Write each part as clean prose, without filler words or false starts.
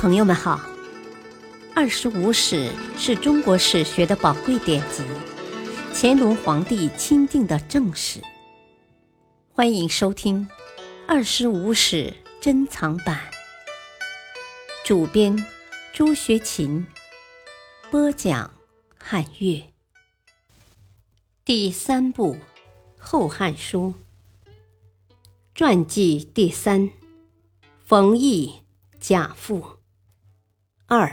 朋友们好，25史是中国史学的宝贵典籍，乾隆皇帝钦定的正史。欢迎收听25史珍藏版，主编朱学勤，播讲汉乐。第3部《后汉书》传记第3，冯异贾父2。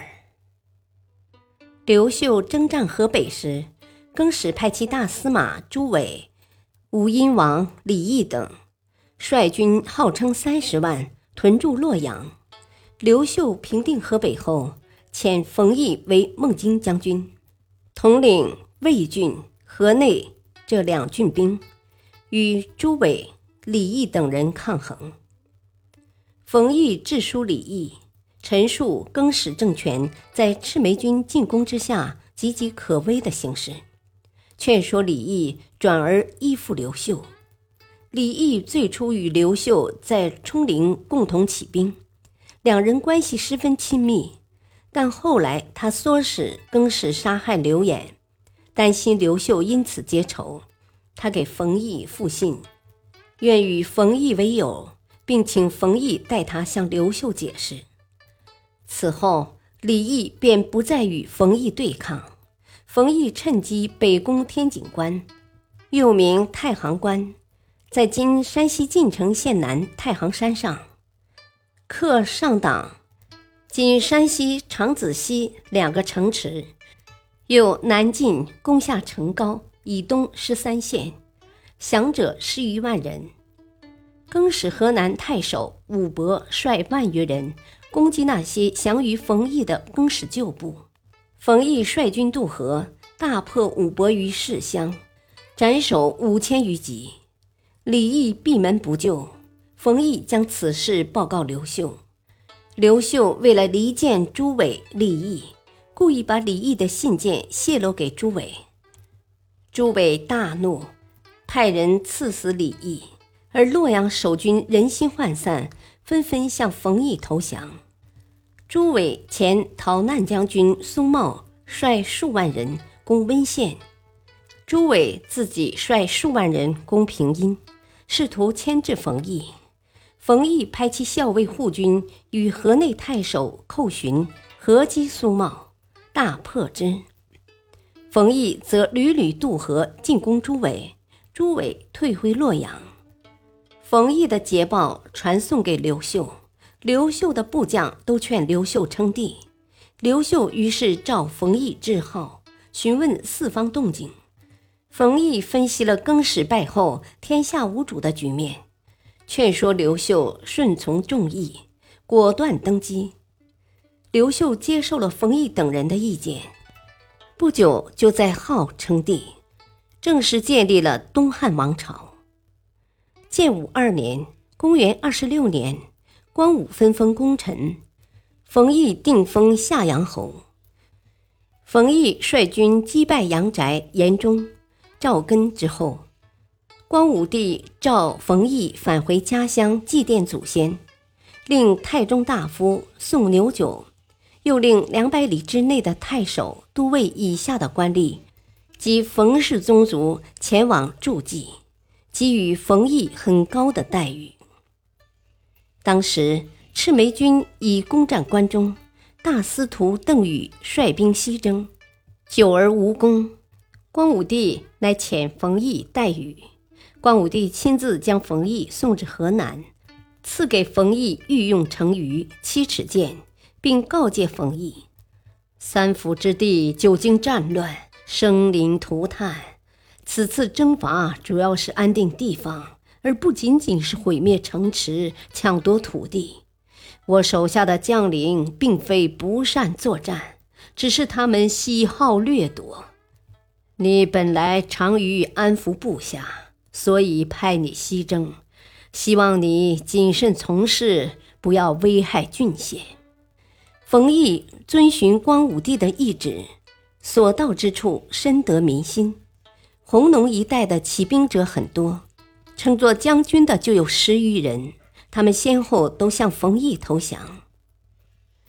刘秀征战河北时，更始派其大司马朱伟、武阴王李毅等率军号称30万屯驻洛阳。刘秀平定河北后，遣冯异为孟津将军，统领魏郡、河内这2郡兵，与朱伟、李毅等人抗衡。冯异致书李毅，陈述更始政权在赤眉军进攻之下岌岌可危的形势，劝说李毅转而依附刘秀。李毅最初与刘秀在冲陵共同起兵，两人关系十分亲密，但后来他唆使更始杀害刘演，担心刘秀因此结仇，他给冯异复信，愿与冯异为友，并请冯异代他向刘秀解释。此后李毅便不再与冯异对抗，冯异趁机北攻天井关，又名太行关，在今山西晋城县南太行山上，克上党今山西长子西2个城池，又南进攻下成高以东13县，降者10余万人。更使河南太守武伯率万余人攻击那些降于冯异的更始旧部。冯异率军渡河，大破武伯于市乡，斩首5000余级。李毅闭门不救，冯异将此事报告刘秀。刘秀为了离间朱伟、李毅，故意把李毅的信件泄露给朱伟。朱伟大怒，派人刺死李毅，而洛阳守军人心涣散，纷纷向冯异投降。朱伟前逃难将军苏茂率数万人攻温县，朱伟自己率数万人攻平阴，试图牵制冯异。冯异派其校尉护军与河内太守寇寻合击苏茂，大破之。冯异则屡屡渡河进攻朱伟，朱伟退回洛阳。冯异的捷报传送给刘秀，刘秀的部将都劝刘秀称帝。刘秀于是召冯异致号，询问四方动静。冯异分析了更始败后天下无主的局面，劝说刘秀顺从众议，果断登基。刘秀接受了冯异等人的意见，不久就在号称帝，正式建立了东汉王朝。建武2年，公元26年，光武分封功臣，冯异定封夏阳侯。冯异率军击败阳翟、延忠、赵根之后，光武帝召冯异返回家乡祭奠祖先，令太中大夫送牛酒，又令200里之内的太守、都尉以下的官吏及冯氏宗族前往助祭，给予冯异很高的待遇。当时赤眉军已攻占关中，大司徒邓禹率兵西征，久而无功。光武帝乃遣冯异代禹，光武帝亲自将冯异送至河南，赐给冯异御用成鱼、7尺剑，并告诫冯异：三府之地久经战乱，生灵涂炭，此次征伐主要是安定地方，而不仅仅是毁灭城池、抢夺土地。我手下的将领并非不善作战，只是他们喜好掠夺。你本来长于安抚部下，所以派你西征，希望你谨慎从事，不要危害郡县。冯异遵循光武帝的懿旨，所到之处深得民心。弘农一带的起兵者很多，称作将军的就有10余人，他们先后都向冯异投降。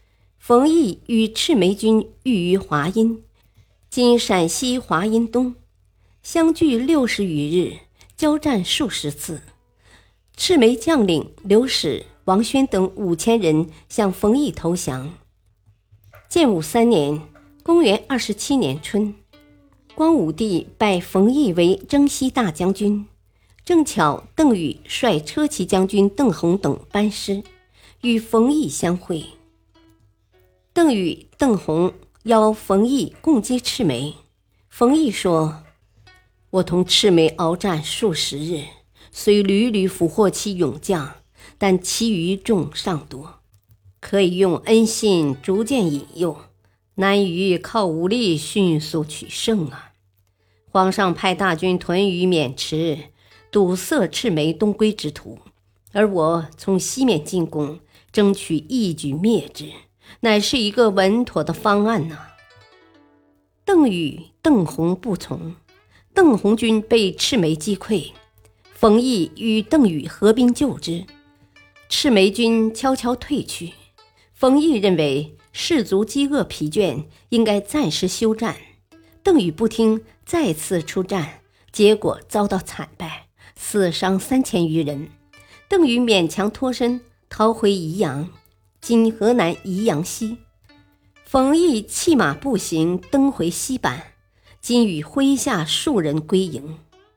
冯异与赤眉军遇于华阴，今陕西华阴东，相距60余日，交战数十次。赤眉将领刘史、王宣等5000人向冯异投降。建武3年，公元27年春，光武帝拜冯异为征西大将军，正巧邓禹率车骑将军邓弘等班师，与冯异相会。邓禹、邓弘邀冯异共击赤眉。冯异说：“我同赤眉鏖战数十日，虽屡屡俘获其勇将，但其余众尚多，可以用恩信逐渐引诱，难于靠武力迅速取胜啊！皇上派大军屯于渑池，堵塞赤眉东归之途，而我从西面进攻，争取一举灭之，乃是一个稳妥的方案呐。”邓禹、邓弘不从，邓弘军被赤眉击溃，冯异与邓禹合兵救之，赤眉军悄悄退去。冯异认为士卒饥饿疲倦，应该暂时休战。邓禹不听，再次出战，结果遭到惨败，死伤3000余人。邓禹勉强脱身，逃回宜阳，今河南宜阳西。冯异弃马步行，登回西坂，今与麾下数人归营。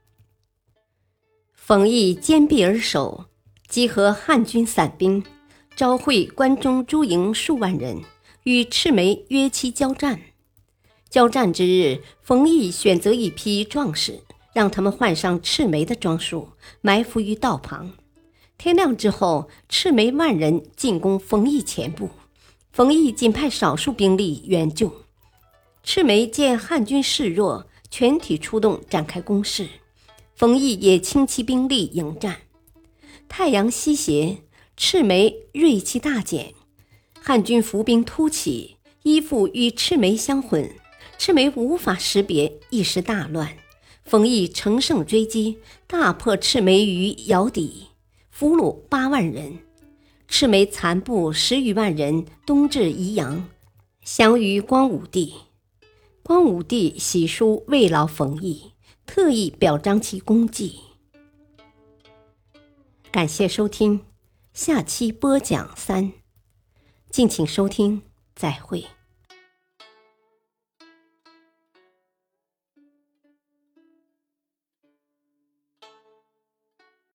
冯异坚壁而守，集合汉军散兵，召会关中诸营数万人，与赤眉约期交战。交战之日，冯异选择一批壮士，让他们换上赤眉的装束，埋伏于道旁。天亮之后，赤眉万人进攻冯异前部，冯异仅派少数兵力援救。赤眉见汉军势弱，全体出动展开攻势，冯异也倾其兵力迎战。太阳西斜，赤眉锐气大减，汉军伏兵突起，衣服与赤眉相混，赤眉无法识别，一时大乱。冯异乘胜追击，大破赤眉于窑底，俘虏8万人。赤眉残部10余万人东至宜阳，降于光武帝。光武帝喜书慰劳冯异，特意表彰其功绩。感谢收听，下期播讲3，敬请收听，再会。